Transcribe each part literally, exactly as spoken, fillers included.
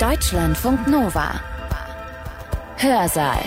Deutschlandfunk Nova. Hörsaal.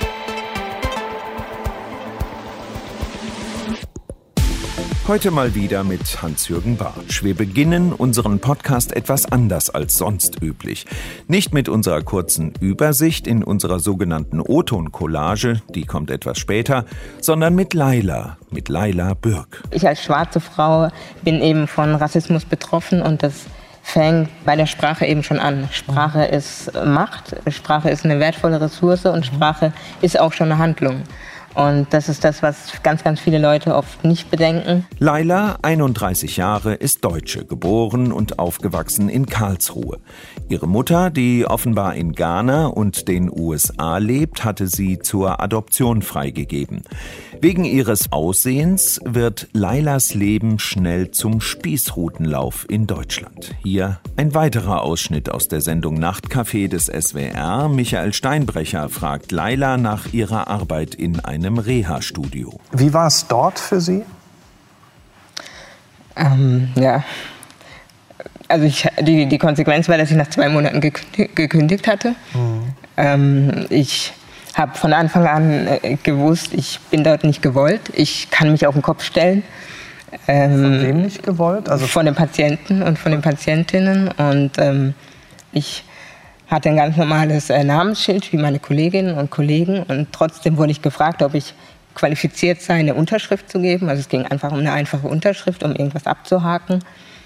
Heute mal wieder mit Hans-Jürgen Bartsch. Wir beginnen unseren Podcast etwas anders als sonst üblich. Nicht mit unserer kurzen Übersicht in unserer sogenannten O-Ton-Collage, die kommt etwas später, sondern mit Laila, mit Laila Bürk. Ich als schwarze Frau bin eben von Rassismus betroffen und das fängt bei der Sprache eben schon an. Sprache ist Macht, Sprache ist eine wertvolle Ressource und Sprache ist auch schon eine Handlung. Und das ist das, was ganz, ganz viele Leute oft nicht bedenken. Laila, einunddreißig Jahre, ist Deutsche, geboren und aufgewachsen in Karlsruhe. Ihre Mutter, die offenbar in Ghana und den U S A lebt, hatte sie zur Adoption freigegeben. Wegen ihres Aussehens wird Lailas Leben schnell zum Spießrutenlauf in Deutschland. Hier ein weiterer Ausschnitt aus der Sendung Nachtcafé des S W R. Michael Steinbrecher fragt Laila nach ihrer Arbeit in einem Reha-Studio. Wie war es dort für Sie? Ähm, ja, also ich, die, die Konsequenz war, dass ich nach zwei Monaten gekündigt, gekündigt hatte. Mhm. Ähm, ich habe von Anfang an äh, gewusst, ich bin dort nicht gewollt. Ich kann mich auf den Kopf stellen. Ähm, von wem nicht gewollt? Also von den Patienten und von den Patientinnen. Und ähm, ich hatte ein ganz normales äh, Namensschild wie meine Kolleginnen und Kollegen. Und trotzdem wurde ich gefragt, ob ich qualifiziert sei, eine Unterschrift zu geben. Also es ging einfach um eine einfache Unterschrift, um irgendwas abzuhaken.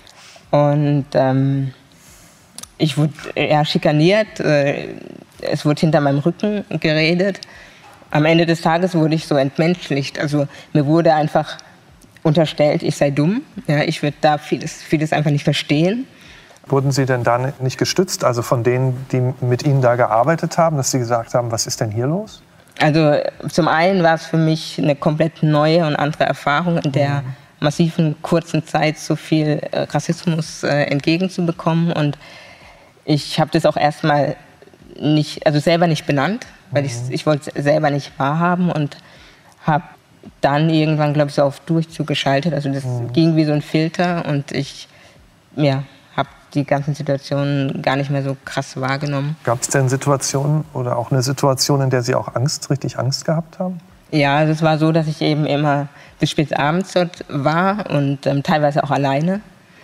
Und ähm, ich wurde eher schikaniert. Äh, es wurde hinter meinem Rücken geredet. Am Ende des Tages wurde ich so entmenschlicht. Also mir wurde einfach unterstellt, ich sei dumm. Ja, ich würde da vieles, vieles einfach nicht verstehen. Wurden Sie denn da nicht gestützt, also von denen, die mit Ihnen da gearbeitet haben, dass Sie gesagt haben, was ist denn hier los? Also zum einen war es für mich eine komplett neue und andere Erfahrung, in der massiven kurzen Zeit so viel Rassismus äh, entgegenzubekommen. Und ich habe das auch erstmal nicht, also selber nicht benannt, weil ich, ich wollte es selber nicht wahrhaben und habe dann irgendwann, glaube ich, so auf Durchzug geschaltet. Also das mhm. ging wie so ein Filter und ich, ja, habe die ganzen Situationen gar nicht mehr so krass wahrgenommen. Gab es denn Situationen oder auch eine Situation, in der Sie auch Angst, richtig Angst gehabt haben? Ja, also es war so, dass ich eben immer bis spät abends dort war und ähm, teilweise auch alleine.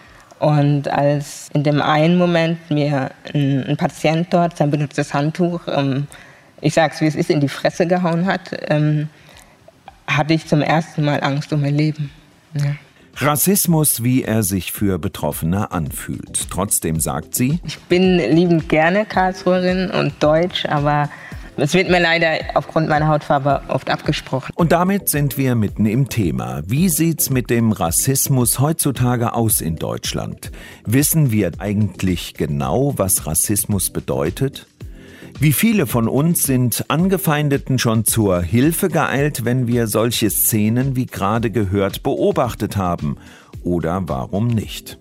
Und als in dem einen Moment mir ein, ein Patient dort sein benutztes Handtuch, ähm, ich sag's wie es ist, in die Fresse gehauen hat, ähm, hatte ich zum ersten Mal Angst um mein Leben. Ja. Rassismus, wie er sich für Betroffene anfühlt. Trotzdem sagt sie: Ich bin liebend gerne Karlsruherin und Deutsch, aber es wird mir leider aufgrund meiner Hautfarbe oft abgesprochen. Und damit sind wir mitten im Thema. Wie sieht's mit dem Rassismus heutzutage aus in Deutschland? Wissen wir eigentlich genau, was Rassismus bedeutet? Wie viele von uns sind Angefeindeten schon zur Hilfe geeilt, wenn wir solche Szenen wie gerade gehört beobachtet haben? Oder warum nicht?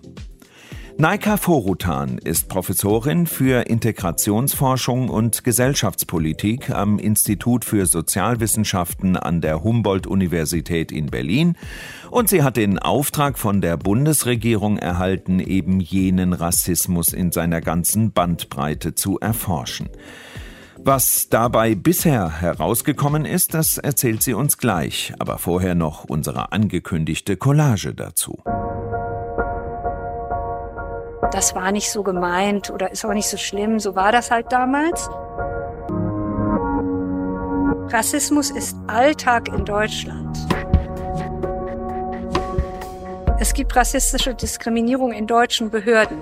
Naika Forutan ist Professorin für Integrationsforschung und Gesellschaftspolitik am Institut für Sozialwissenschaften an der Humboldt-Universität in Berlin und sie hat den Auftrag von der Bundesregierung erhalten, eben jenen Rassismus in seiner ganzen Bandbreite zu erforschen. Was dabei bisher herausgekommen ist, das erzählt sie uns gleich, aber vorher noch unsere angekündigte Collage dazu. Das war nicht so gemeint oder ist auch nicht so schlimm, so war das halt damals. Rassismus ist Alltag in Deutschland. Es gibt rassistische Diskriminierung in deutschen Behörden.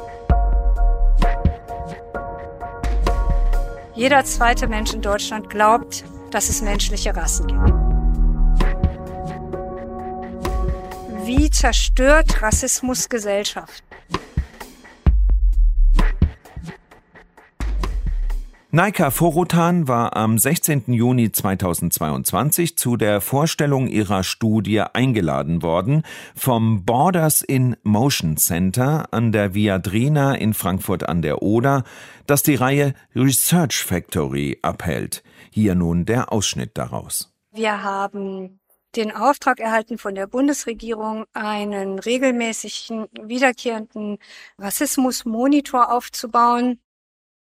Jeder zweite Mensch in Deutschland glaubt, dass es menschliche Rassen gibt. Wie zerstört Rassismus Gesellschaft? Naika Forutan war am sechzehnten Juni zweitausendzweiundzwanzig zu der Vorstellung ihrer Studie eingeladen worden vom Borders in Motion Center an der Viadrina in Frankfurt an der Oder, das die Reihe Research Factory abhält. Hier nun der Ausschnitt daraus. Wir haben den Auftrag erhalten von der Bundesregierung, einen regelmäßigen, wiederkehrenden Rassismusmonitor aufzubauen.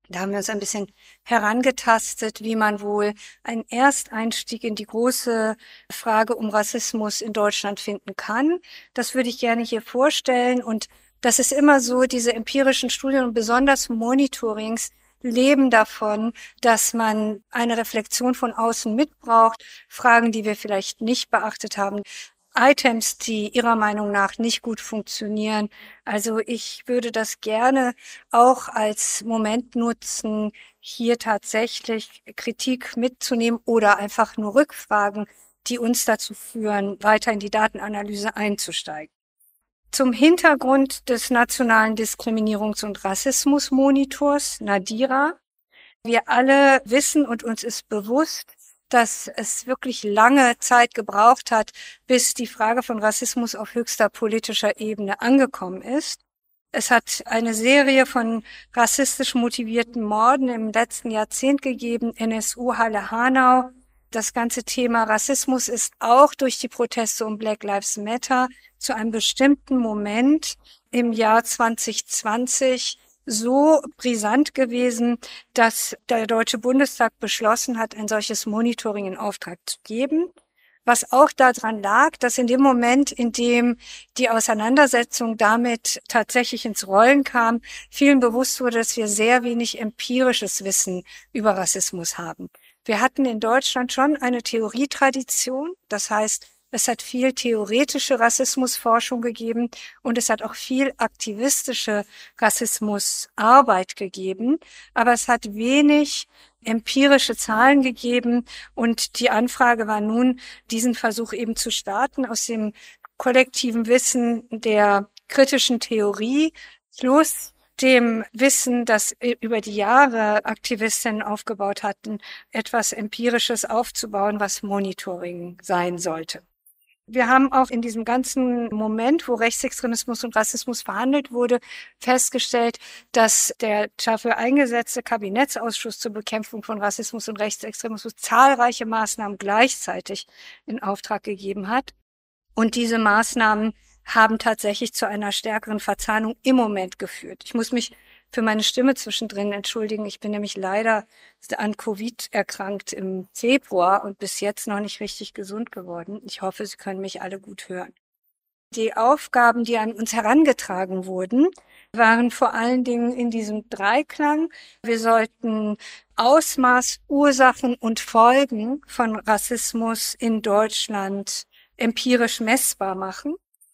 Da haben wir uns ein bisschen herangetastet, wie man wohl einen Ersteinstieg in die große Frage um Rassismus in Deutschland finden kann. Das würde ich gerne hier vorstellen. Und das ist immer so, diese empirischen Studien und besonders Monitorings leben davon, dass man eine Reflexion von außen mitbraucht, Fragen, die wir vielleicht nicht beachtet haben, Items, die Ihrer Meinung nach nicht gut funktionieren. Also ich würde das gerne auch als Moment nutzen, hier tatsächlich Kritik mitzunehmen oder einfach nur Rückfragen, die uns dazu führen, weiter in die Datenanalyse einzusteigen. Zum Hintergrund des Nationalen Diskriminierungs- und Rassismusmonitors, NADIRA. Wir alle wissen und uns ist bewusst, dass es wirklich lange Zeit gebraucht hat, bis die Frage von Rassismus auf höchster politischer Ebene angekommen ist. Es hat eine Serie von rassistisch motivierten Morden im letzten Jahrzehnt gegeben, N S U Halle-Hanau. Das ganze Thema Rassismus ist auch durch die Proteste um Black Lives Matter zu einem bestimmten Moment im Jahr zwanzig zwanzig so brisant gewesen, dass der Deutsche Bundestag beschlossen hat, ein solches Monitoring in Auftrag zu geben. Was auch daran lag, dass in dem Moment, in dem die Auseinandersetzung damit tatsächlich ins Rollen kam, vielen bewusst wurde, dass wir sehr wenig empirisches Wissen über Rassismus haben. Wir hatten in Deutschland schon eine Theorietradition, das heißt, es hat viel theoretische Rassismusforschung gegeben und es hat auch viel aktivistische Rassismusarbeit gegeben, aber es hat wenig empirische Zahlen gegeben und die Anfrage war nun, diesen Versuch eben zu starten aus dem kollektiven Wissen der kritischen Theorie plus dem Wissen, das über die Jahre Aktivistinnen aufgebaut hatten, etwas Empirisches aufzubauen, was Monitoring sein sollte. Wir haben auch in diesem ganzen Moment, wo Rechtsextremismus und Rassismus verhandelt wurde, festgestellt, dass der dafür eingesetzte Kabinettsausschuss zur Bekämpfung von Rassismus und Rechtsextremismus zahlreiche Maßnahmen gleichzeitig in Auftrag gegeben hat. Und diese Maßnahmen haben tatsächlich zu einer stärkeren Verzahnung im Moment geführt. Ich muss mich für meine Stimme zwischendrin entschuldigen. Ich bin nämlich leider an Covid erkrankt im Februar und bis jetzt noch nicht richtig gesund geworden. Ich hoffe, Sie können mich alle gut hören. Die Aufgaben, die an uns herangetragen wurden, waren vor allen Dingen in diesem Dreiklang. Wir sollten Ausmaß, Ursachen und Folgen von Rassismus in Deutschland empirisch messbar machen.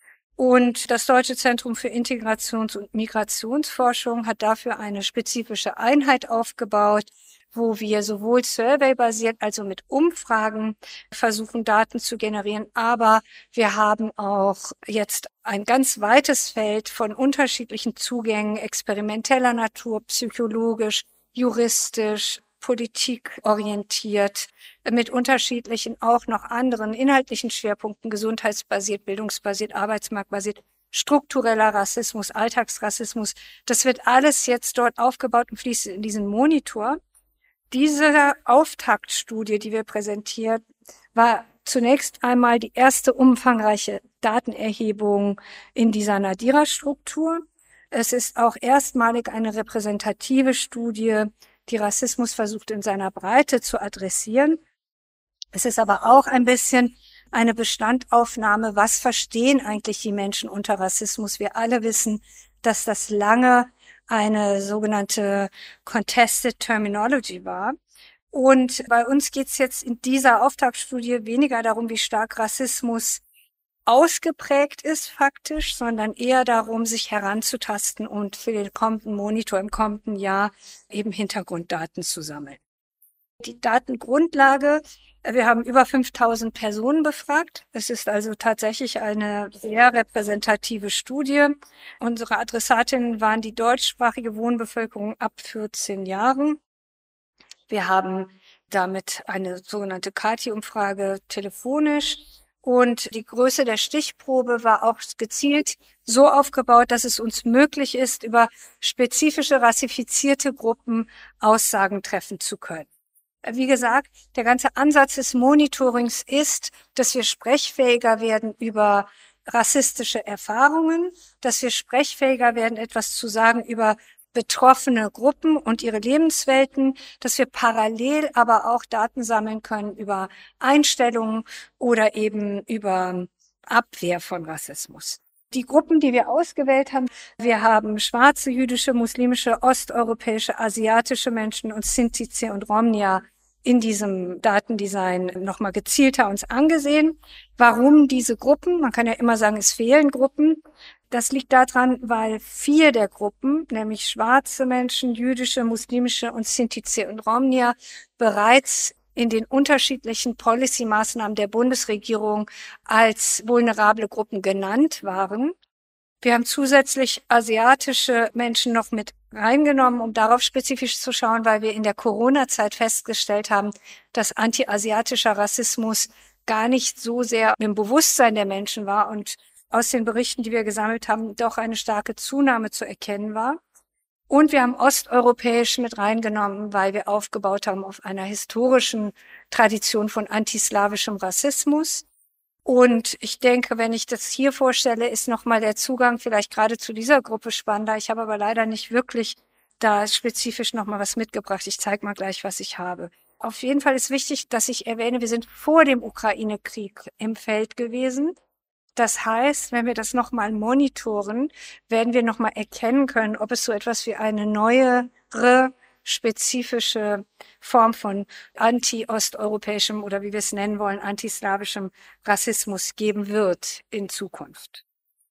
Und das Deutsche Zentrum für Integrations- und Migrationsforschung hat dafür eine spezifische Einheit aufgebaut, wo wir sowohl survey-basiert, also mit Umfragen versuchen, Daten zu generieren, aber wir haben auch jetzt ein ganz weites Feld von unterschiedlichen Zugängen, experimenteller Natur, psychologisch, juristisch, politikorientiert, mit unterschiedlichen, auch noch anderen inhaltlichen Schwerpunkten, gesundheitsbasiert, bildungsbasiert, arbeitsmarktbasiert, struktureller Rassismus, Alltagsrassismus. Das wird alles jetzt dort aufgebaut und fließt in diesen Monitor. Diese Auftaktstudie, die wir präsentiert, war zunächst einmal die erste umfangreiche Datenerhebung in dieser NADIRA-Struktur. Es ist auch erstmalig eine repräsentative Studie, die Rassismus versucht in seiner Breite zu adressieren. Es ist aber auch ein bisschen eine Bestandaufnahme, was verstehen eigentlich die Menschen unter Rassismus. Wir alle wissen, dass das lange eine sogenannte Contested Terminology war. Und bei uns geht es jetzt in dieser Auftaktstudie weniger darum, wie stark Rassismus ausgeprägt ist faktisch, sondern eher darum, sich heranzutasten und für den kommenden Monitor im kommenden Jahr eben Hintergrunddaten zu sammeln. Die Datengrundlage, wir haben über fünftausend Personen befragt. Es ist also tatsächlich eine sehr repräsentative Studie. Unsere Adressatinnen waren die deutschsprachige Wohnbevölkerung ab vierzehn Jahren. Wir haben damit eine sogenannte CATI-Umfrage telefonisch. Und die Größe der Stichprobe war auch gezielt so aufgebaut, dass es uns möglich ist, über spezifische rassifizierte Gruppen Aussagen treffen zu können. Wie gesagt, der ganze Ansatz des Monitorings ist, dass wir sprechfähiger werden über rassistische Erfahrungen, dass wir sprechfähiger werden, etwas zu sagen über betroffene Gruppen und ihre Lebenswelten, dass wir parallel aber auch Daten sammeln können über Einstellungen oder eben über Abwehr von Rassismus. Die Gruppen, die wir ausgewählt haben, wir haben schwarze, jüdische, muslimische, osteuropäische, asiatische Menschen und Sinti, und Romnia in diesem Datendesign nochmal gezielter uns angesehen. Warum diese Gruppen? Man kann ja immer sagen, es fehlen Gruppen. Das liegt daran, weil vier der Gruppen, nämlich schwarze Menschen, jüdische, muslimische und Sinti und Romnia, bereits in den unterschiedlichen Policy-Maßnahmen der Bundesregierung als vulnerable Gruppen genannt waren. Wir haben zusätzlich asiatische Menschen noch mit reingenommen, um darauf spezifisch zu schauen, weil wir in der Corona-Zeit festgestellt haben, dass anti-asiatischer Rassismus gar nicht so sehr im Bewusstsein der Menschen war und aus den Berichten, die wir gesammelt haben, doch eine starke Zunahme zu erkennen war. Und wir haben osteuropäisch mit reingenommen, weil wir aufgebaut haben auf einer historischen Tradition von antislawischem Rassismus. Und ich denke, wenn ich das hier vorstelle, ist nochmal der Zugang vielleicht gerade zu dieser Gruppe spannender. Ich habe aber leider nicht wirklich da spezifisch nochmal was mitgebracht. Ich zeige mal gleich, was ich habe. Auf jeden Fall ist wichtig, dass ich erwähne, wir sind vor dem Ukraine-Krieg im Feld gewesen. Das heißt, wenn wir das nochmal monitoren, werden wir nochmal erkennen können, ob es so etwas wie eine neuere, spezifische Form von anti-osteuropäischem oder wie wir es nennen wollen, antislawischem Rassismus geben wird in Zukunft.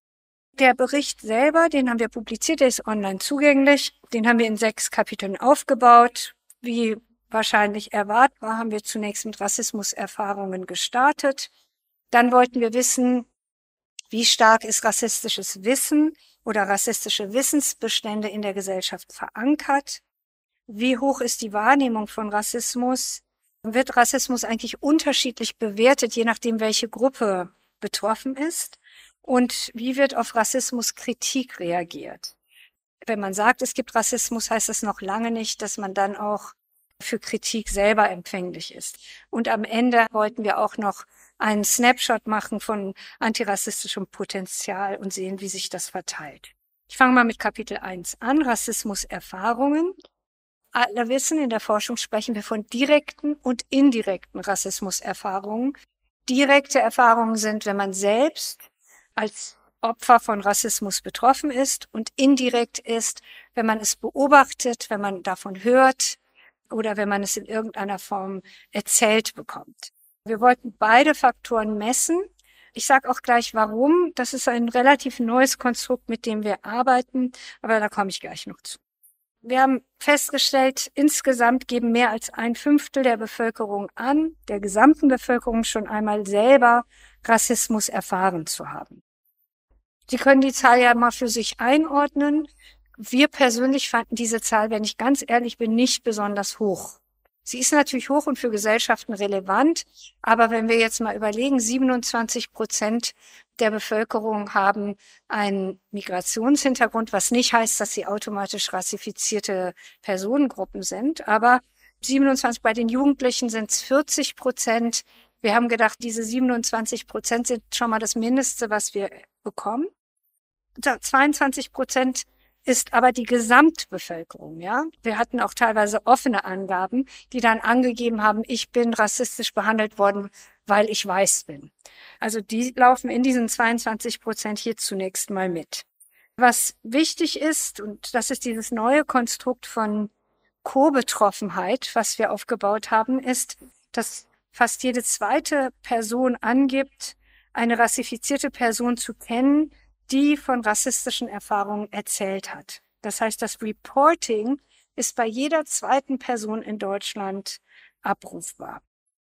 Der Bericht selber, den haben wir publiziert, der ist online zugänglich. Den haben wir in sechs Kapiteln aufgebaut. Wie wahrscheinlich erwartbar, haben wir zunächst mit Rassismuserfahrungen gestartet. Dann wollten wir wissen, wie stark ist rassistisches Wissen oder rassistische Wissensbestände in der Gesellschaft verankert? Wie hoch ist die Wahrnehmung von Rassismus? Wird Rassismus eigentlich unterschiedlich bewertet, je nachdem, welche Gruppe betroffen ist? Und wie wird auf Rassismuskritik reagiert? Wenn man sagt, es gibt Rassismus, heißt das noch lange nicht, dass man dann auch für Kritik selber empfänglich ist. Und am Ende wollten wir auch noch einen Snapshot machen von antirassistischem Potenzial und sehen, wie sich das verteilt. Ich fange mal mit Kapitel eins an, Rassismuserfahrungen. Alle wissen, in der Forschung sprechen wir von direkten und indirekten Rassismuserfahrungen. Direkte Erfahrungen sind, wenn man selbst als Opfer von Rassismus betroffen ist, und indirekt ist, wenn man es beobachtet, wenn man davon hört oder wenn man es in irgendeiner Form erzählt bekommt. Wir wollten beide Faktoren messen. Ich sage auch gleich, warum. Das ist ein relativ neues Konstrukt, mit dem wir arbeiten, aber da komme ich gleich noch zu. Wir haben festgestellt, insgesamt geben mehr als ein Fünftel der Bevölkerung an, der gesamten Bevölkerung schon einmal selber Rassismus erfahren zu haben. Sie können die Zahl ja mal für sich einordnen. Wir persönlich fanden diese Zahl, wenn ich ganz ehrlich bin, nicht besonders hoch. Sie ist natürlich hoch und für Gesellschaften relevant, aber wenn wir jetzt mal überlegen, siebenundzwanzig Prozent der Bevölkerung haben einen Migrationshintergrund, was nicht heißt, dass sie automatisch rassifizierte Personengruppen sind, aber siebenundzwanzig, bei den Jugendlichen sind es vierzig Prozent. Wir haben gedacht, diese siebenundzwanzig Prozent sind schon mal das Mindeste, was wir bekommen. zweiundzwanzig Prozent ist aber die Gesamtbevölkerung, ja. Wir hatten auch teilweise offene Angaben, die dann angegeben haben, ich bin rassistisch behandelt worden, weil ich weiß bin. Also die laufen in diesen zweiundzwanzig Prozent hier zunächst mal mit. Was wichtig ist, und das ist dieses neue Konstrukt von Co-Betroffenheit, was wir aufgebaut haben, ist, dass fast jede zweite Person angibt, eine rassifizierte Person zu kennen, die von rassistischen Erfahrungen erzählt hat. Das heißt, das Reporting ist bei jeder zweiten Person in Deutschland abrufbar.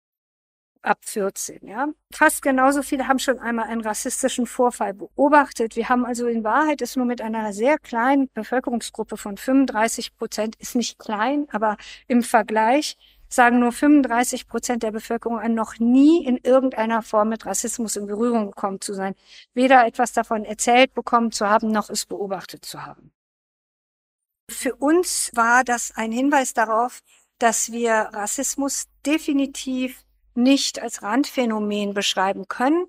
Ab vierzehn, ja. Fast genauso viele haben schon einmal einen rassistischen Vorfall beobachtet. Wir haben also in Wahrheit es nur mit einer sehr kleinen Bevölkerungsgruppe von fünfunddreißig Prozent, ist nicht klein, aber im Vergleich sagen nur fünfunddreißig Prozent der Bevölkerung an, noch nie in irgendeiner Form mit Rassismus in Berührung gekommen zu sein. Weder etwas davon erzählt bekommen zu haben, noch es beobachtet zu haben. Für uns war das ein Hinweis darauf, dass wir Rassismus definitiv nicht als Randphänomen beschreiben können.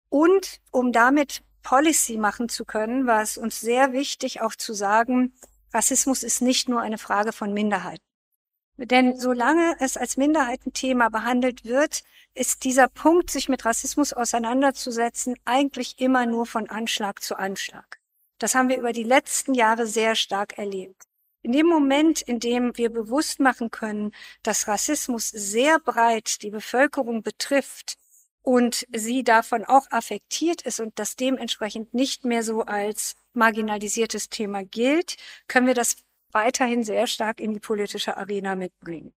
Und um damit Policy machen zu können, war es uns sehr wichtig, auch zu sagen, Rassismus ist nicht nur eine Frage von Minderheiten. Denn solange es als Minderheitenthema behandelt wird, ist dieser Punkt, sich mit Rassismus auseinanderzusetzen, eigentlich immer nur von Anschlag zu Anschlag. Das haben wir über die letzten Jahre sehr stark erlebt. In dem Moment, in dem wir bewusst machen können, dass Rassismus sehr breit die Bevölkerung betrifft und sie davon auch affektiert ist und das dementsprechend nicht mehr so als marginalisiertes Thema gilt, können wir das weiterhin sehr stark in die politische Arena mitbringen.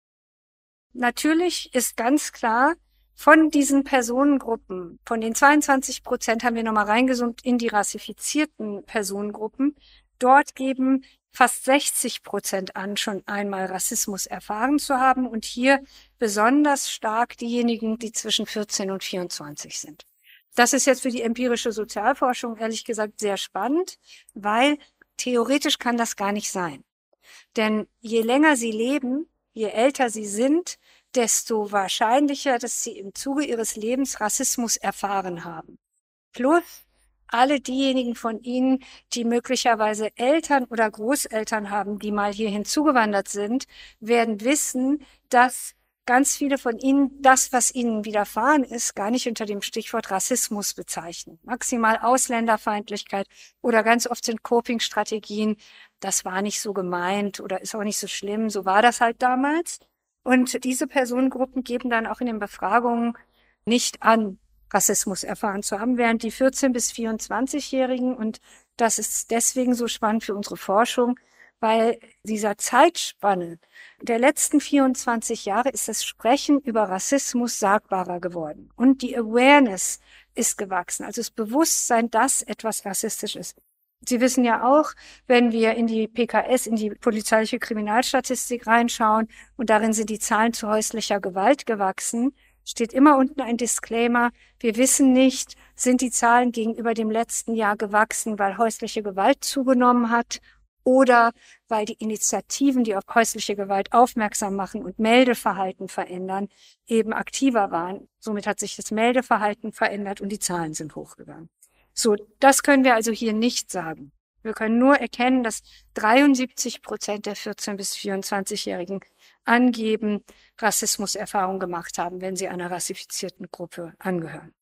Natürlich ist ganz klar, von diesen Personengruppen, von den zweiundzwanzig Prozent haben wir nochmal reingezoomt in die rassifizierten Personengruppen, dort geben fast sechzig Prozent an, schon einmal Rassismus erfahren zu haben und hier besonders stark diejenigen, die zwischen vierzehn und vierundzwanzig sind. Das ist jetzt für die empirische Sozialforschung ehrlich gesagt sehr spannend, weil theoretisch kann das gar nicht sein. Denn je länger sie leben, je älter sie sind, desto wahrscheinlicher, dass sie im Zuge ihres Lebens Rassismus erfahren haben. Plus alle diejenigen von ihnen, die möglicherweise Eltern oder Großeltern haben, die mal hierhin zugewandert sind, werden wissen, dass ganz viele von ihnen das, was ihnen widerfahren ist, gar nicht unter dem Stichwort Rassismus bezeichnen. Maximal Ausländerfeindlichkeit oder ganz oft sind Coping-Strategien, das war nicht so gemeint oder ist auch nicht so schlimm, so war das halt damals. Und diese Personengruppen geben dann auch in den Befragungen nicht an, Rassismus erfahren zu haben, während die vierzehn- bis vierundzwanzigjährigen, und das ist deswegen so spannend für unsere Forschung, weil dieser Zeitspanne der letzten vierundzwanzig Jahre ist das Sprechen über Rassismus sagbarer geworden. Und die Awareness ist gewachsen, also das Bewusstsein, dass etwas rassistisch ist. Sie wissen ja auch, wenn wir in die P K S, in die polizeiliche Kriminalstatistik reinschauen, und darin sind die Zahlen zu häuslicher Gewalt gewachsen, steht immer unten ein Disclaimer. Wir wissen nicht, sind die Zahlen gegenüber dem letzten Jahr gewachsen, weil häusliche Gewalt zugenommen hat oder weil die Initiativen, die auf häusliche Gewalt aufmerksam machen und Meldeverhalten verändern, eben aktiver waren. Somit hat sich das Meldeverhalten verändert und die Zahlen sind hochgegangen. So, das können wir also hier nicht sagen. Wir können nur erkennen, dass dreiundsiebzig Prozent der vierzehn- bis vierundzwanzigjährigen angeben, Rassismuserfahrung gemacht haben, wenn sie einer rassifizierten Gruppe angehören.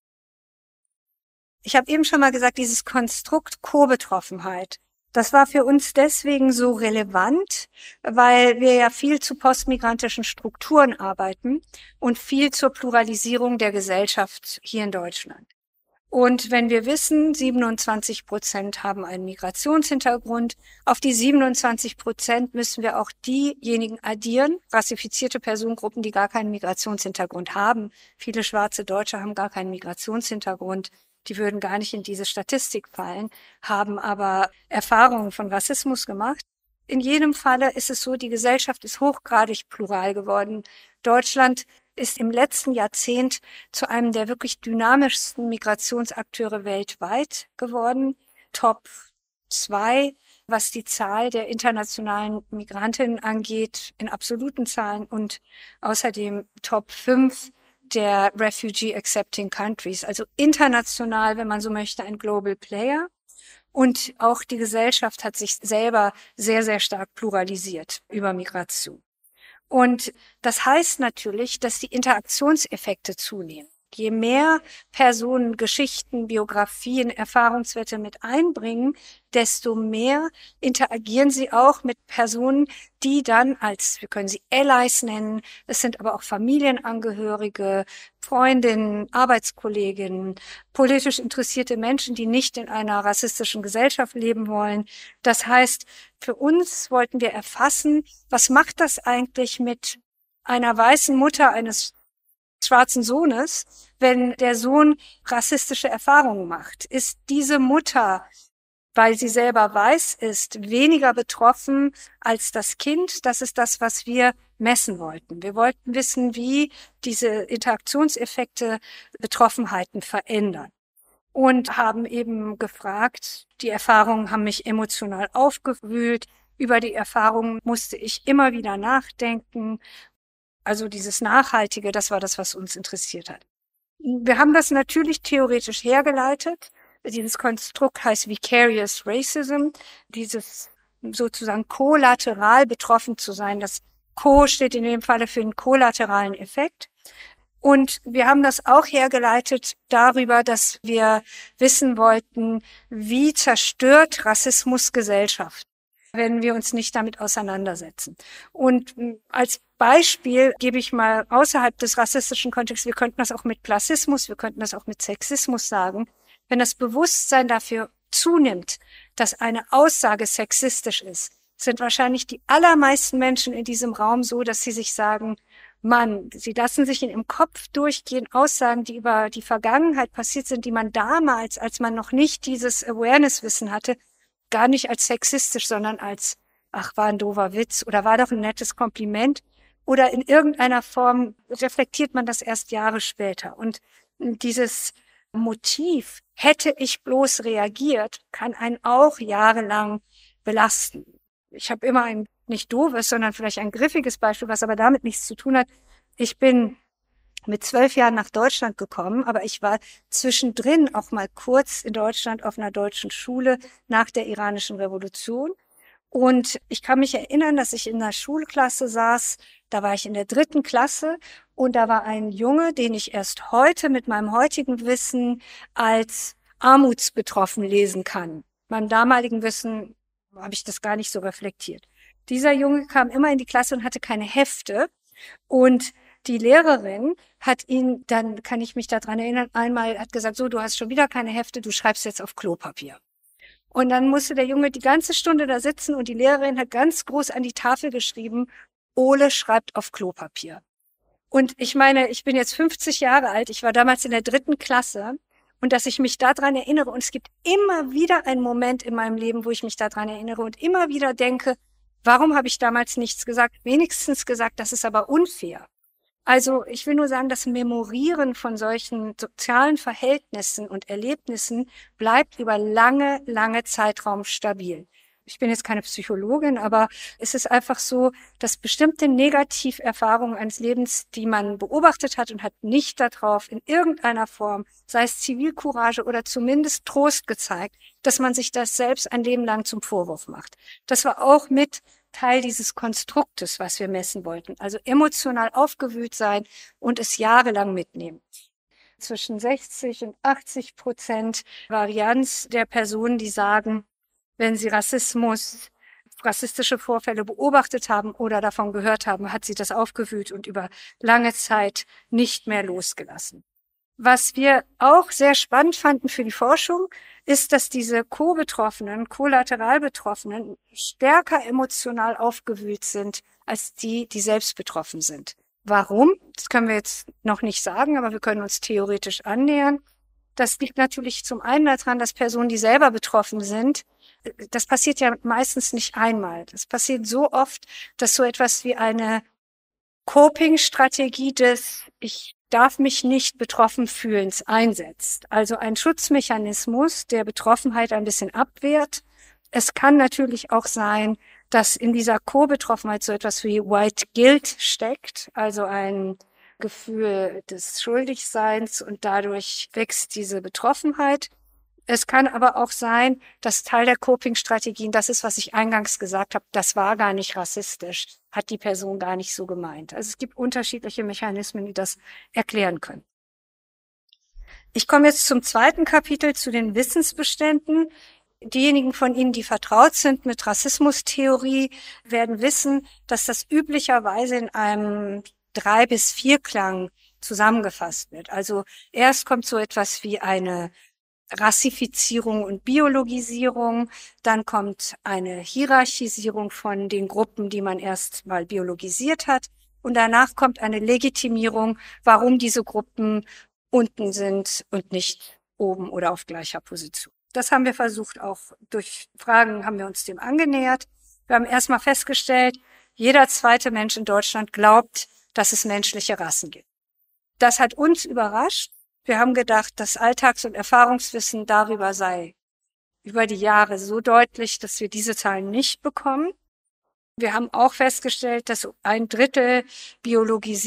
Ich habe eben schon mal gesagt, dieses Konstrukt Co-Betroffenheit, das war für uns deswegen so relevant, weil wir ja viel zu postmigrantischen Strukturen arbeiten und viel zur Pluralisierung der Gesellschaft hier in Deutschland. Und wenn wir wissen, siebenundzwanzig Prozent haben einen Migrationshintergrund, auf die siebenundzwanzig Prozent müssen wir auch diejenigen addieren, rassifizierte Personengruppen, die gar keinen Migrationshintergrund haben. Viele schwarze Deutsche haben gar keinen Migrationshintergrund. Die würden gar nicht in diese Statistik fallen, haben aber Erfahrungen von Rassismus gemacht. In jedem Falle ist es so, die Gesellschaft ist hochgradig plural geworden. Deutschland ist im letzten Jahrzehnt zu einem der wirklich dynamischsten Migrationsakteure weltweit geworden. Top zwei, was die Zahl der internationalen Migrantinnen angeht, in absoluten Zahlen, und außerdem Top fünf der Refugee Accepting Countries, also international, wenn man so möchte, ein Global Player. Und auch die Gesellschaft hat sich selber sehr, sehr stark pluralisiert über Migration. Und das heißt natürlich, dass die Interaktionseffekte zunehmen. Je mehr Personen Geschichten, Biografien, Erfahrungswerte mit einbringen, desto mehr interagieren sie auch mit Personen, die dann als, wir können sie Allies nennen, es sind aber auch Familienangehörige, Freundinnen, Arbeitskolleginnen, politisch interessierte Menschen, die nicht in einer rassistischen Gesellschaft leben wollen. Das heißt, für uns wollten wir erfassen, was macht das eigentlich mit einer weißen Mutter eines schwarzen Sohnes, wenn der Sohn rassistische Erfahrungen macht? Ist diese Mutter, weil sie selber weiß ist, weniger betroffen als das Kind? Das ist das, was wir messen wollten. Wir wollten wissen, wie diese Interaktionseffekte Betroffenheiten verändern. Und haben eben gefragt, die Erfahrungen haben mich emotional aufgewühlt. Über die Erfahrungen musste ich immer wieder nachdenken. Also dieses Nachhaltige, das war das, was uns interessiert hat. Wir haben das natürlich theoretisch hergeleitet. Dieses Konstrukt heißt Vicarious Racism. Dieses sozusagen kollateral betroffen zu sein. Das Co steht in dem Falle für einen kollateralen Effekt. Und wir haben das auch hergeleitet darüber, dass wir wissen wollten, wie zerstört Rassismus Gesellschaft, wenn wir uns nicht damit auseinandersetzen. Und als Beispiel gebe ich mal außerhalb des rassistischen Kontexts, wir könnten das auch mit Klassismus, wir könnten das auch mit Sexismus sagen, wenn das Bewusstsein dafür zunimmt, dass eine Aussage sexistisch ist, sind wahrscheinlich die allermeisten Menschen in diesem Raum so, dass sie sich sagen, Mann, sie lassen sich in ihrem Kopf durchgehen Aussagen, die über die Vergangenheit passiert sind, die man damals, als man noch nicht dieses Awareness-Wissen hatte, gar nicht als sexistisch, sondern als, ach, war ein doofer Witz oder war doch ein nettes Kompliment. Oder in irgendeiner Form reflektiert man das erst Jahre später. Und dieses Motiv, hätte ich bloß reagiert, kann einen auch jahrelang belasten. Ich habe immer ein nicht doofes, sondern vielleicht ein griffiges Beispiel, was aber damit nichts zu tun hat. Ich bin mit zwölf Jahren nach Deutschland gekommen, aber ich war zwischendrin auch mal kurz in Deutschland auf einer deutschen Schule nach der iranischen Revolution. Und ich kann mich erinnern, dass ich in einer Schulklasse saß, da war ich in der dritten Klasse und da war ein Junge, den ich erst heute mit meinem heutigen Wissen als armutsbetroffen lesen kann. Meinem damaligen Wissen habe ich das gar nicht so reflektiert. Dieser Junge kam immer in die Klasse und hatte keine Hefte und die Lehrerin hat ihn, dann kann ich mich daran erinnern, einmal hat gesagt, so, du hast schon wieder keine Hefte, du schreibst jetzt auf Klopapier. Und dann musste der Junge die ganze Stunde da sitzen und die Lehrerin hat ganz groß an die Tafel geschrieben, Ole schreibt auf Klopapier. Und ich meine, ich bin jetzt fünfzig Jahre alt, ich war damals in der dritten Klasse und dass ich mich daran erinnere und es gibt immer wieder einen Moment in meinem Leben, wo ich mich daran erinnere und immer wieder denke, warum habe ich damals nichts gesagt? Wenigstens gesagt, das ist aber unfair. Also ich will nur sagen, das Memorieren von solchen sozialen Verhältnissen und Erlebnissen bleibt über lange, lange Zeitraum stabil. Ich bin jetzt keine Psychologin, aber es ist einfach so, dass bestimmte Negativerfahrungen eines Lebens, die man beobachtet hat und hat nicht darauf in irgendeiner Form, sei es Zivilcourage oder zumindest Trost gezeigt, dass man sich das selbst ein Leben lang zum Vorwurf macht. Das war auch mit Teil dieses Konstruktes, was wir messen wollten. Also emotional aufgewühlt sein und es jahrelang mitnehmen. Zwischen sechzig und achtzig Prozent Varianz der Personen, die sagen, wenn sie Rassismus, rassistische Vorfälle beobachtet haben oder davon gehört haben, hat sie das aufgewühlt und über lange Zeit nicht mehr losgelassen. Was wir auch sehr spannend fanden für die Forschung, ist, dass diese Co-Betroffenen, Kollateralbetroffenen stärker emotional aufgewühlt sind als die, die selbst betroffen sind. Warum? Das können wir jetzt noch nicht sagen, aber wir können uns theoretisch annähern. Das liegt natürlich zum einen daran, dass Personen, die selber betroffen sind, das passiert ja meistens nicht einmal. Das passiert so oft, dass so etwas wie eine Coping-Strategie des Ich darf mich nicht betroffen fühlens einsetzt. Also ein Schutzmechanismus, der Betroffenheit ein bisschen abwehrt. Es kann natürlich auch sein, dass in dieser Co-Betroffenheit so etwas wie White Guilt steckt, also ein Gefühl des Schuldigseins und dadurch wächst diese Betroffenheit. Es kann aber auch sein, dass Teil der Coping-Strategien, das ist, was ich eingangs gesagt habe, das war gar nicht rassistisch, hat die Person gar nicht so gemeint. Also es gibt unterschiedliche Mechanismen, die das erklären können. Ich komme jetzt zum zweiten Kapitel, zu den Wissensbeständen. Diejenigen von Ihnen, die vertraut sind mit Rassismustheorie, werden wissen, dass das üblicherweise in einem Drei- bis Vierklang zusammengefasst wird. Also erst kommt so etwas wie eine Rassifizierung und Biologisierung, dann kommt eine Hierarchisierung von den Gruppen, die man erst mal biologisiert hat, und danach kommt eine Legitimierung, warum diese Gruppen unten sind und nicht oben oder auf gleicher Position. Das haben wir versucht, auch durch Fragen haben wir uns dem angenähert. Wir haben erstmal festgestellt, jeder zweite Mensch in Deutschland glaubt, dass es menschliche Rassen gibt. Das hat uns überrascht. Wir haben gedacht, das Alltags- und Erfahrungswissen darüber sei über die Jahre so deutlich, dass wir diese Zahlen nicht bekommen. Wir haben auch festgestellt, dass ein Drittel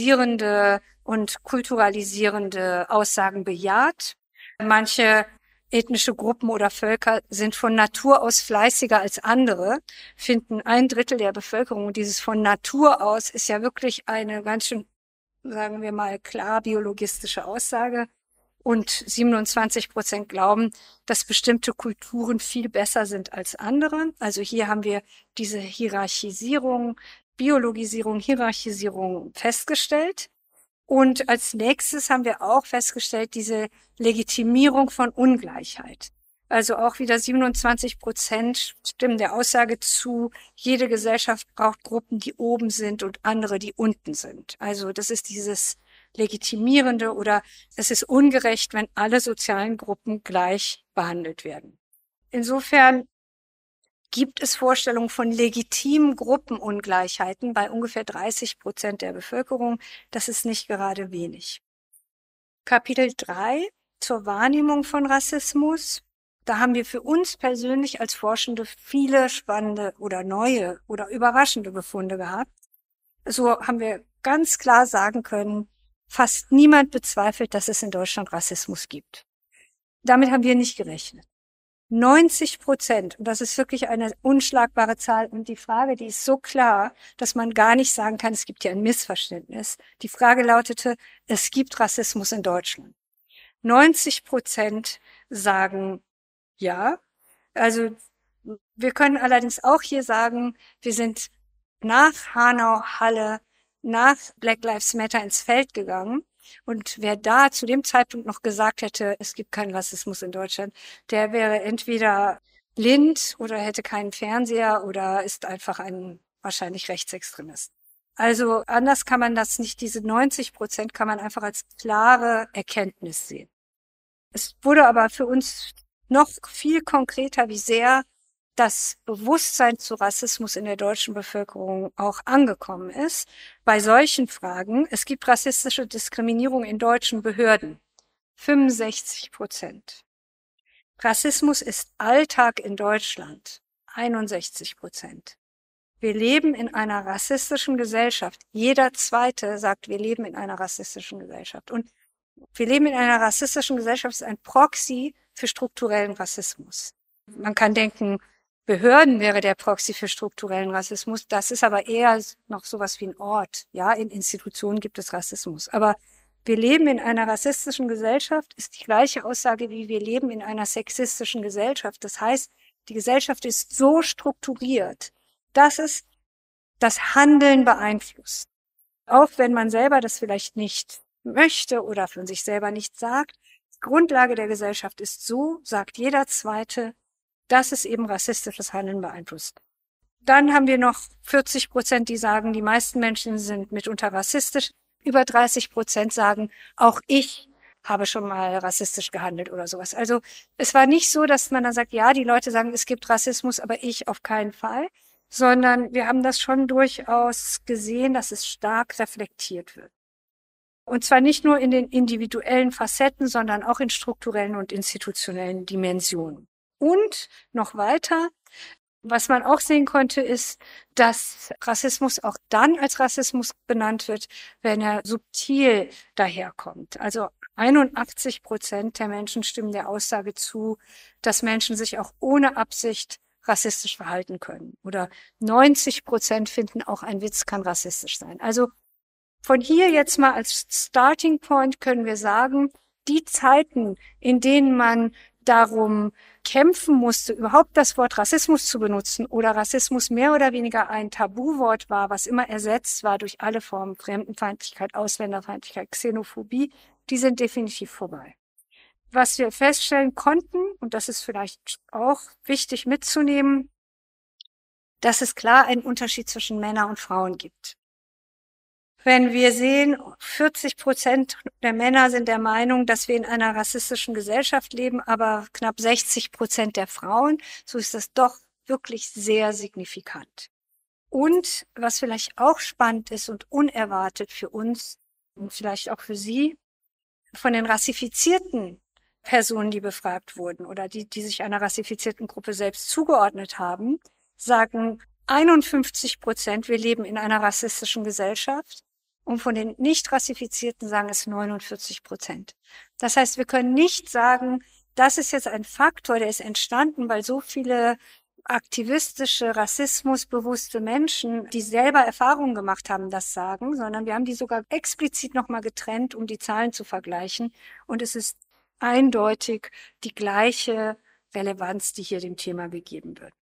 biologisierende und kulturalisierende Aussagen bejaht. Manche ethnische Gruppen oder Völker sind von Natur aus fleißiger als andere, finden ein Drittel der Bevölkerung. Und dieses von Natur aus ist ja wirklich eine ganz schön, sagen wir mal, klar biologistische Aussage. Und siebenundzwanzig Prozent glauben, dass bestimmte Kulturen viel besser sind als andere. Also hier haben wir diese Hierarchisierung, Biologisierung, Hierarchisierung festgestellt. Und als nächstes haben wir auch festgestellt, diese Legitimierung von Ungleichheit. Also auch wieder siebenundzwanzig Prozent stimmen der Aussage zu, jede Gesellschaft braucht Gruppen, die oben sind und andere, die unten sind. Also das ist dieses Legitimierende oder es ist ungerecht, wenn alle sozialen Gruppen gleich behandelt werden. Insofern gibt es Vorstellungen von legitimen Gruppenungleichheiten bei ungefähr dreißig Prozent der Bevölkerung. Das ist nicht gerade wenig. Kapitel drei zur Wahrnehmung von Rassismus. Da haben wir für uns persönlich als Forschende viele spannende oder neue oder überraschende Befunde gehabt. So haben wir ganz klar sagen können, fast niemand bezweifelt, dass es in Deutschland Rassismus gibt. Damit haben wir nicht gerechnet. neunzig Prozent, und das ist wirklich eine unschlagbare Zahl. Und die Frage, die ist so klar, dass man gar nicht sagen kann, es gibt hier ein Missverständnis. Die Frage lautete, es gibt Rassismus in Deutschland. neunzig Prozent sagen ja. Also wir können allerdings auch hier sagen, wir sind nach Hanau, Halle, nach Black Lives Matter ins Feld gegangen. Und wer da zu dem Zeitpunkt noch gesagt hätte, es gibt keinen Rassismus in Deutschland, der wäre entweder blind oder hätte keinen Fernseher oder ist einfach ein wahrscheinlich Rechtsextremist. Also anders kann man das nicht, diese neunzig Prozent kann man einfach als klare Erkenntnis sehen. Es wurde aber für uns noch viel konkreter, wie sehr das Bewusstsein zu Rassismus in der deutschen Bevölkerung auch angekommen ist. Bei solchen Fragen, es gibt rassistische Diskriminierung in deutschen Behörden. fünfundsechzig Prozent. Rassismus ist Alltag in Deutschland. einundsechzig Prozent. Wir leben in einer rassistischen Gesellschaft. Jeder Zweite sagt, wir leben in einer rassistischen Gesellschaft. Und wir leben in einer rassistischen Gesellschaft ist ein Proxy für strukturellen Rassismus. Man kann denken, Behörden wäre der Proxy für strukturellen Rassismus. Das ist aber eher noch sowas wie ein Ort. Ja, in Institutionen gibt es Rassismus. Aber wir leben in einer rassistischen Gesellschaft ist die gleiche Aussage wie wir leben in einer sexistischen Gesellschaft. Das heißt, die Gesellschaft ist so strukturiert, dass es das Handeln beeinflusst. Auch wenn man selber das vielleicht nicht möchte oder von sich selber nicht sagt. Die Grundlage der Gesellschaft ist so, sagt jeder Zweite, dass es eben rassistisches Handeln beeinflusst. Dann haben wir noch vierzig Prozent, die sagen, die meisten Menschen sind mitunter rassistisch. Über dreißig Prozent sagen, auch ich habe schon mal rassistisch gehandelt oder sowas. Also es war nicht so, dass man dann sagt, ja, die Leute sagen, es gibt Rassismus, aber ich auf keinen Fall. Sondern wir haben das schon durchaus gesehen, dass es stark reflektiert wird. Und zwar nicht nur in den individuellen Facetten, sondern auch in strukturellen und institutionellen Dimensionen. Und noch weiter, was man auch sehen konnte, ist, dass Rassismus auch dann als Rassismus benannt wird, wenn er subtil daherkommt. Also einundachtzig Prozent der Menschen stimmen der Aussage zu, dass Menschen sich auch ohne Absicht rassistisch verhalten können. Oder neunzig Prozent finden, auch ein Witz kann rassistisch sein. Also von hier jetzt mal als Starting Point können wir sagen, die Zeiten, in denen man darum kämpfen musste, überhaupt das Wort Rassismus zu benutzen oder Rassismus mehr oder weniger ein Tabuwort war, was immer ersetzt war durch alle Formen Fremdenfeindlichkeit, Ausländerfeindlichkeit, Xenophobie, die sind definitiv vorbei. Was wir feststellen konnten, und das ist vielleicht auch wichtig mitzunehmen, dass es klar einen Unterschied zwischen Männern und Frauen gibt. Wenn wir sehen, vierzig Prozent der Männer sind der Meinung, dass wir in einer rassistischen Gesellschaft leben, aber knapp sechzig Prozent der Frauen, so ist das doch wirklich sehr signifikant. Und was vielleicht auch spannend ist und unerwartet für uns und vielleicht auch für Sie, von den rassifizierten Personen, die befragt wurden oder die, die sich einer rassifizierten Gruppe selbst zugeordnet haben, sagen einundfünfzig Prozent, wir leben in einer rassistischen Gesellschaft. Und von den nicht Rassifizierten sagen es neunundvierzig Prozent. Das heißt, wir können nicht sagen, das ist jetzt ein Faktor, der ist entstanden, weil so viele aktivistische, rassismusbewusste Menschen, die selber Erfahrungen gemacht haben, das sagen, sondern wir haben die sogar explizit nochmal getrennt, um die Zahlen zu vergleichen. Und es ist eindeutig die gleiche Relevanz, die hier dem Thema gegeben wird.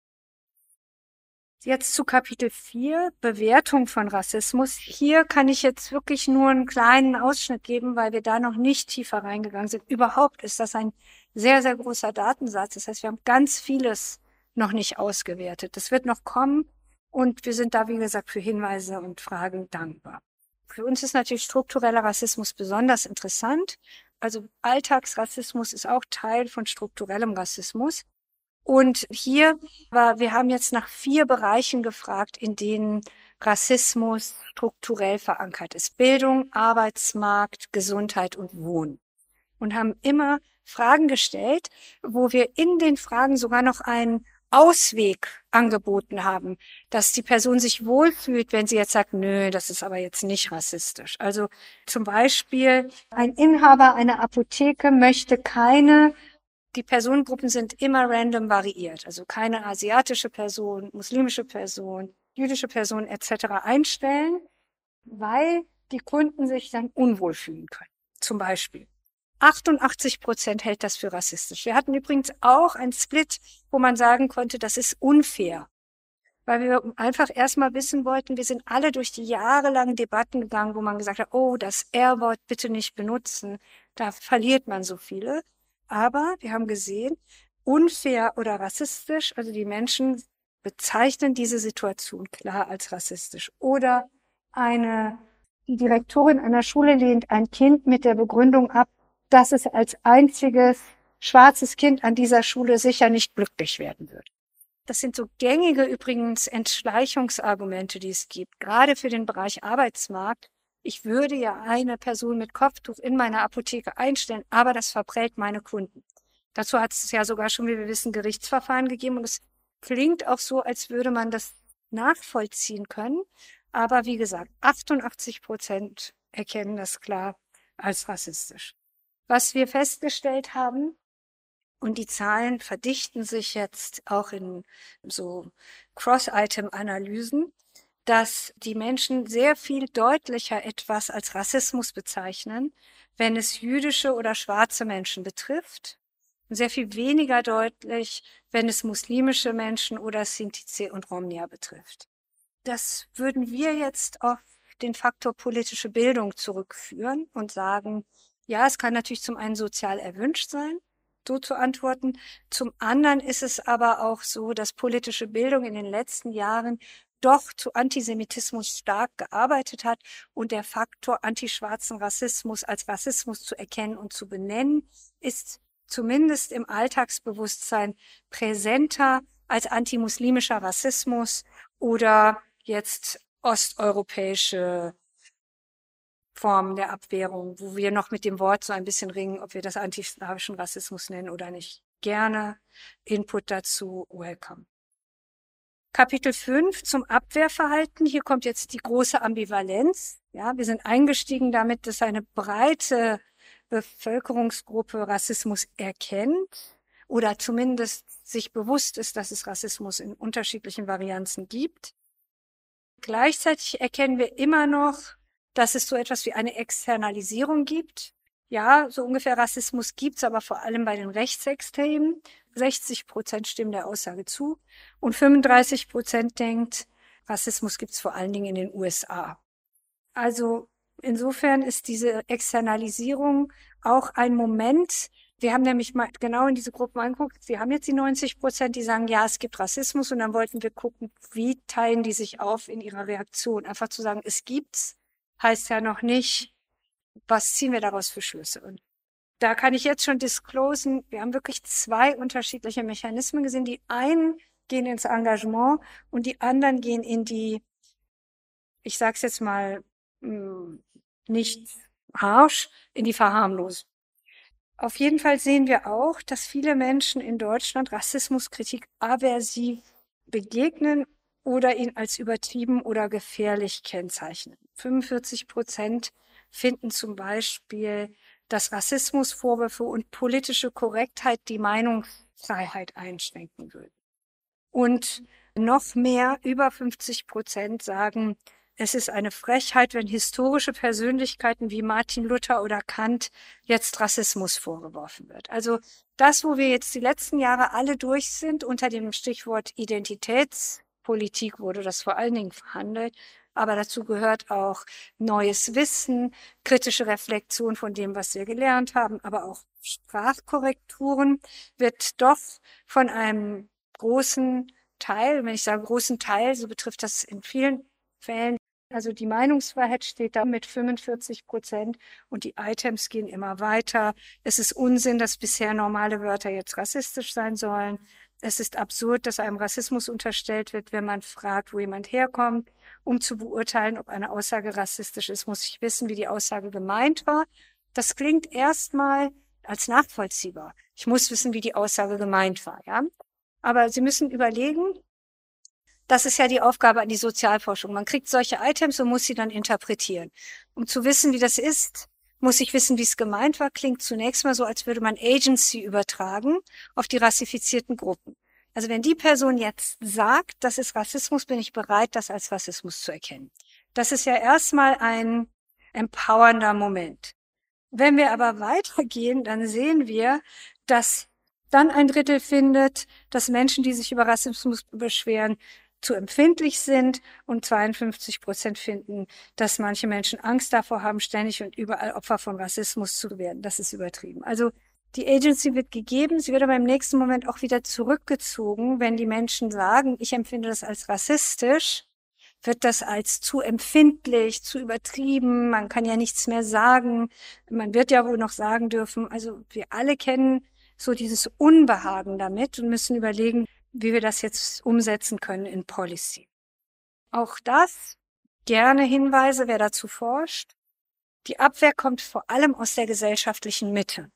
Jetzt zu Kapitel vier, Bewertung von Rassismus. Hier kann ich jetzt wirklich nur einen kleinen Ausschnitt geben, weil wir da noch nicht tiefer reingegangen sind. Überhaupt ist das ein sehr, sehr großer Datensatz. Das heißt, wir haben ganz vieles noch nicht ausgewertet. Das wird noch kommen und wir sind da, wie gesagt, für Hinweise und Fragen dankbar. Für uns ist natürlich struktureller Rassismus besonders interessant. Also Alltagsrassismus ist auch Teil von strukturellem Rassismus. Und hier war, wir haben jetzt nach vier Bereichen gefragt, in denen Rassismus strukturell verankert ist. Bildung, Arbeitsmarkt, Gesundheit und Wohnen. Und haben immer Fragen gestellt, wo wir in den Fragen sogar noch einen Ausweg angeboten haben, dass die Person sich wohlfühlt, wenn sie jetzt sagt, nö, das ist aber jetzt nicht rassistisch. Also zum Beispiel, ein Inhaber einer Apotheke möchte keine, die Personengruppen sind immer random variiert, also keine asiatische Person, muslimische Person, jüdische Person et cetera einstellen, weil die Kunden sich dann unwohl fühlen können. Zum Beispiel. achtundachtzig Prozent hält das für rassistisch. Wir hatten übrigens auch einen Split, wo man sagen konnte, das ist unfair. Weil wir einfach erstmal wissen wollten, wir sind alle durch die jahrelangen Debatten gegangen, wo man gesagt hat, oh, das R-Wort bitte nicht benutzen, da verliert man so viele. Aber wir haben gesehen, unfair oder rassistisch, also die Menschen bezeichnen diese Situation klar als rassistisch. Oder eine, die Direktorin einer Schule lehnt ein Kind mit der Begründung ab, dass es als einziges schwarzes Kind an dieser Schule sicher nicht glücklich werden wird. Das sind so gängige übrigens Entschleichungsargumente, die es gibt, gerade für den Bereich Arbeitsmarkt. Ich würde ja eine Person mit Kopftuch in meiner Apotheke einstellen, aber das verprellt meine Kunden. Dazu hat es ja sogar schon, wie wir wissen, Gerichtsverfahren gegeben und es klingt auch so, als würde man das nachvollziehen können. Aber wie gesagt, achtundachtzig Prozent erkennen das klar als rassistisch. Was wir festgestellt haben, und die Zahlen verdichten sich jetzt auch in so Cross-Item-Analysen, dass die Menschen sehr viel deutlicher etwas als Rassismus bezeichnen, wenn es jüdische oder schwarze Menschen betrifft, und sehr viel weniger deutlich, wenn es muslimische Menschen oder Sinti und Romnia betrifft. Das würden wir jetzt auf den Faktor politische Bildung zurückführen und sagen, ja, es kann natürlich zum einen sozial erwünscht sein, so zu antworten. Zum anderen ist es aber auch so, dass politische Bildung in den letzten Jahren doch zu Antisemitismus stark gearbeitet hat und der Faktor antischwarzen Rassismus als Rassismus zu erkennen und zu benennen, ist zumindest im Alltagsbewusstsein präsenter als antimuslimischer Rassismus oder jetzt osteuropäische Formen der Abwehrung, wo wir noch mit dem Wort so ein bisschen ringen, ob wir das antislawischen Rassismus nennen oder nicht. Gerne Input dazu, welcome. Kapitel fünf zum Abwehrverhalten. Hier kommt jetzt die große Ambivalenz. Ja, wir sind eingestiegen damit, dass eine breite Bevölkerungsgruppe Rassismus erkennt oder zumindest sich bewusst ist, dass es Rassismus in unterschiedlichen Varianzen gibt. Gleichzeitig erkennen wir immer noch, dass es so etwas wie eine Externalisierung gibt. Ja, so ungefähr Rassismus gibt's, aber vor allem bei den Rechtsextremen. sechzig Prozent stimmen der Aussage zu und fünfunddreißig Prozent denkt, Rassismus gibt's vor allen Dingen in den U S A. Also insofern ist diese Externalisierung auch ein Moment. Wir haben nämlich mal genau in diese Gruppen angeguckt. Sie haben jetzt die neunzig Prozent, die sagen, ja, es gibt Rassismus. Und dann wollten wir gucken, wie teilen die sich auf in ihrer Reaktion. Einfach zu sagen, es gibt's, heißt ja noch nicht, was ziehen wir daraus für Schlüsse. Und da kann ich jetzt schon disclosen, wir haben wirklich zwei unterschiedliche Mechanismen gesehen. Die einen gehen ins Engagement und die anderen gehen in die, ich sage es jetzt mal nicht harsch, in die Verharmlosung. Auf jeden Fall sehen wir auch, dass viele Menschen in Deutschland Rassismuskritik aversiv begegnen oder ihn als übertrieben oder gefährlich kennzeichnen. fünfundvierzig Prozent finden zum Beispiel, dass Rassismusvorwürfe und politische Korrektheit die Meinungsfreiheit einschränken würden. Und noch mehr, über fünfzig Prozent sagen, es ist eine Frechheit, wenn historische Persönlichkeiten wie Martin Luther oder Kant jetzt Rassismus vorgeworfen wird. Also das, wo wir jetzt die letzten Jahre alle durch sind, unter dem Stichwort Identitätspolitik wurde das vor allen Dingen verhandelt. Aber dazu gehört auch neues Wissen, kritische Reflexion von dem, was wir gelernt haben, aber auch Sprachkorrekturen wird doch von einem großen Teil, wenn ich sage großen Teil, so betrifft das in vielen Fällen, also die Meinungsfreiheit steht da mit fünfundvierzig Prozent und die Items gehen immer weiter. Es ist Unsinn, dass bisher normale Wörter jetzt rassistisch sein sollen. Es ist absurd, dass einem Rassismus unterstellt wird, wenn man fragt, wo jemand herkommt. Um zu beurteilen, ob eine Aussage rassistisch ist, muss ich wissen, wie die Aussage gemeint war. Das klingt erstmal als nachvollziehbar. Ich muss wissen, wie die Aussage gemeint war, ja. Aber Sie müssen überlegen, das ist ja die Aufgabe an die Sozialforschung. Man kriegt solche Items und muss sie dann interpretieren. Um zu wissen, wie das ist, muss ich wissen, wie es gemeint war. Klingt zunächst mal so, als würde man Agency übertragen auf die rassifizierten Gruppen. Also wenn die Person jetzt sagt, das ist Rassismus, bin ich bereit, das als Rassismus zu erkennen. Das ist ja erstmal ein empowernder Moment. Wenn wir aber weitergehen, dann sehen wir, dass dann ein Drittel findet, dass Menschen, die sich über Rassismus beschweren, zu empfindlich sind und zweiundfünfzig Prozent finden, dass manche Menschen Angst davor haben, ständig und überall Opfer von Rassismus zu werden. Das ist übertrieben. Also die Agency wird gegeben, sie wird aber im nächsten Moment auch wieder zurückgezogen, wenn die Menschen sagen, ich empfinde das als rassistisch, wird das als zu empfindlich, zu übertrieben, man kann ja nichts mehr sagen, man wird ja wohl noch sagen dürfen. Also wir alle kennen so dieses Unbehagen damit und müssen überlegen, wie wir das jetzt umsetzen können in Policy. Auch das, gerne Hinweise, wer dazu forscht. Die Abwehr kommt vor allem aus der gesellschaftlichen Mitte.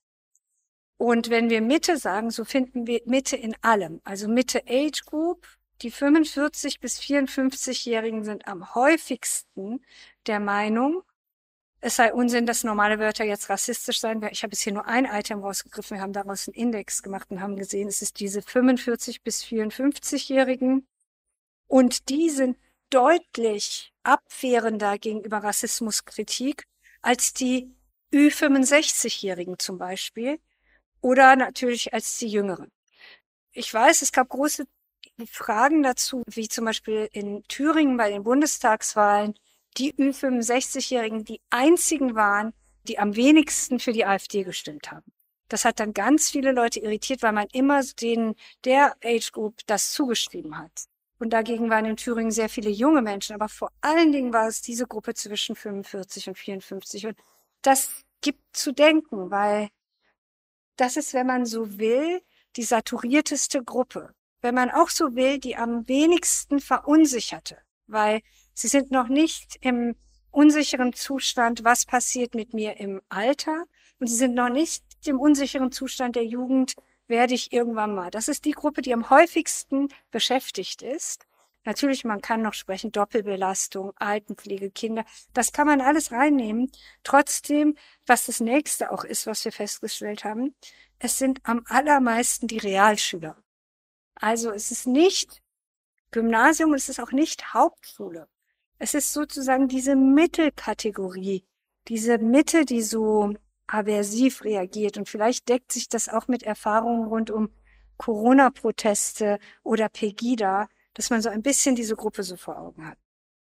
Und wenn wir Mitte sagen, so finden wir Mitte in allem. Also Mitte Age Group, die fünfundvierzig bis vierundfünfzig-Jährigen sind am häufigsten der Meinung, es sei Unsinn, dass normale Wörter jetzt rassistisch seien. Ich habe jetzt hier nur ein Item rausgegriffen. Wir haben daraus einen Index gemacht und haben gesehen, es ist diese fünfundvierzig bis vierundfünfzig-Jährigen. Und die sind deutlich abwehrender gegenüber Rassismuskritik als die Ü fünfundsechzig-Jährigen zum Beispiel oder natürlich als die Jüngeren. Ich weiß, es gab große Fragen dazu, wie zum Beispiel in Thüringen bei den Bundestagswahlen die Ü fünfundsechzig-Jährigen die einzigen waren, die am wenigsten für die AfD gestimmt haben. Das hat dann ganz viele Leute irritiert, weil man immer denen der Age Group das zugeschrieben hat. Und dagegen waren in Thüringen sehr viele junge Menschen, aber vor allen Dingen war es diese Gruppe zwischen fünfundvierzig und vierundfünfzig. Und das gibt zu denken, weil das ist, wenn man so will, die saturierteste Gruppe. Wenn man auch so will, die am wenigsten verunsicherte, weil sie sind noch nicht im unsicheren Zustand, was passiert mit mir im Alter. Und sie sind noch nicht im unsicheren Zustand der Jugend, werde ich irgendwann mal. Das ist die Gruppe, die am häufigsten beschäftigt ist. Natürlich, man kann noch sprechen, Doppelbelastung, Altenpflege, Kinder. Das kann man alles reinnehmen. Trotzdem, was das Nächste auch ist, was wir festgestellt haben, es sind am allermeisten die Realschüler. Also es ist nicht Gymnasium, es ist auch nicht Hauptschule. Es ist sozusagen diese Mittelkategorie, diese Mitte, die so aversiv reagiert. Und vielleicht deckt sich das auch mit Erfahrungen rund um Corona-Proteste oder Pegida, dass man so ein bisschen diese Gruppe so vor Augen hat.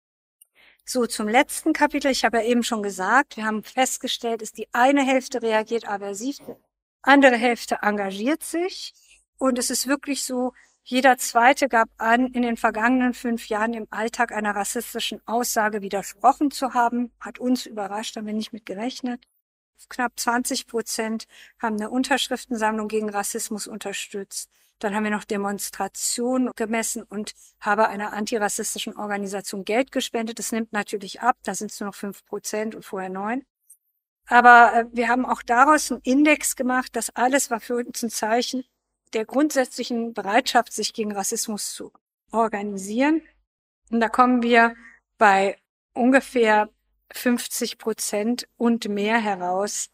So, zum letzten Kapitel. Ich habe ja eben schon gesagt, wir haben festgestellt, ist die eine Hälfte reagiert aversiv, die andere Hälfte engagiert sich. Und es ist wirklich so, jeder Zweite gab an, in den vergangenen fünf Jahren im Alltag einer rassistischen Aussage widersprochen zu haben. Hat uns überrascht, haben wir nicht mit gerechnet. Knapp zwanzig Prozent haben eine Unterschriftensammlung gegen Rassismus unterstützt. Dann haben wir noch Demonstrationen gemessen und habe einer antirassistischen Organisation Geld gespendet. Das nimmt natürlich ab, da sind es nur noch fünf Prozent und vorher neun. Aber äh, wir haben auch daraus einen Index gemacht. Das alles war für uns ein Zeichen der grundsätzlichen Bereitschaft, sich gegen Rassismus zu organisieren. Und da kommen wir bei ungefähr fünfzig Prozent und mehr heraus,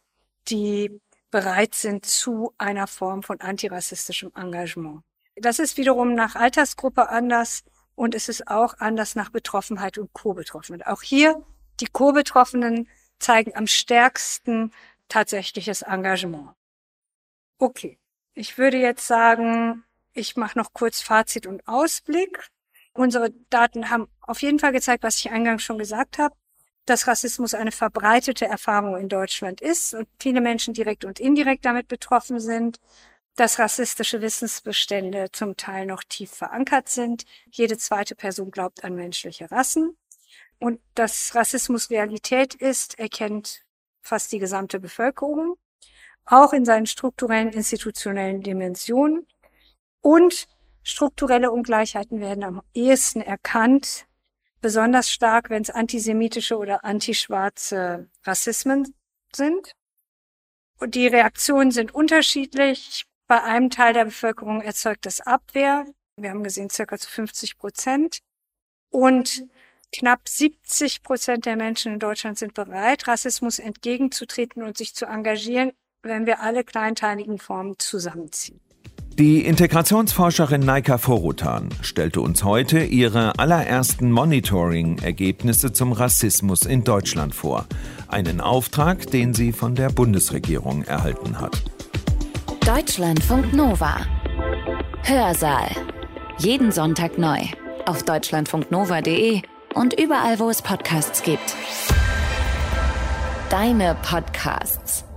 die bereit sind zu einer Form von antirassistischem Engagement. Das ist wiederum nach Altersgruppe anders und es ist auch anders nach Betroffenheit und Co-Betroffenheit. Auch hier, die Co-Betroffenen zeigen am stärksten tatsächliches Engagement. Okay, ich würde jetzt sagen, ich mache noch kurz Fazit und Ausblick. Unsere Daten haben auf jeden Fall gezeigt, was ich eingangs schon gesagt habe, dass Rassismus eine verbreitete Erfahrung in Deutschland ist und viele Menschen direkt und indirekt damit betroffen sind, dass rassistische Wissensbestände zum Teil noch tief verankert sind. Jede zweite Person glaubt an menschliche Rassen. Und dass Rassismus Realität ist, erkennt fast die gesamte Bevölkerung, auch in seinen strukturellen, institutionellen Dimensionen. Und strukturelle Ungleichheiten werden am ehesten erkannt, besonders stark, wenn es antisemitische oder antischwarze Rassismen sind. Und die Reaktionen sind unterschiedlich. Bei einem Teil der Bevölkerung erzeugt das Abwehr. Wir haben gesehen, circa zu fünfzig Prozent. Und knapp siebzig Prozent der Menschen in Deutschland sind bereit, Rassismus entgegenzutreten und sich zu engagieren, wenn wir alle kleinteiligen Formen zusammenziehen. Die Integrationsforscherin Naika Forutan stellte uns heute ihre allerersten Monitoring-Ergebnisse zum Rassismus in Deutschland vor. Einen Auftrag, den sie von der Bundesregierung erhalten hat. Deutschlandfunk Nova. Hörsaal. Jeden Sonntag neu. Auf deutschlandfunknova punkt de und überall, wo es Podcasts gibt. Deine Podcasts.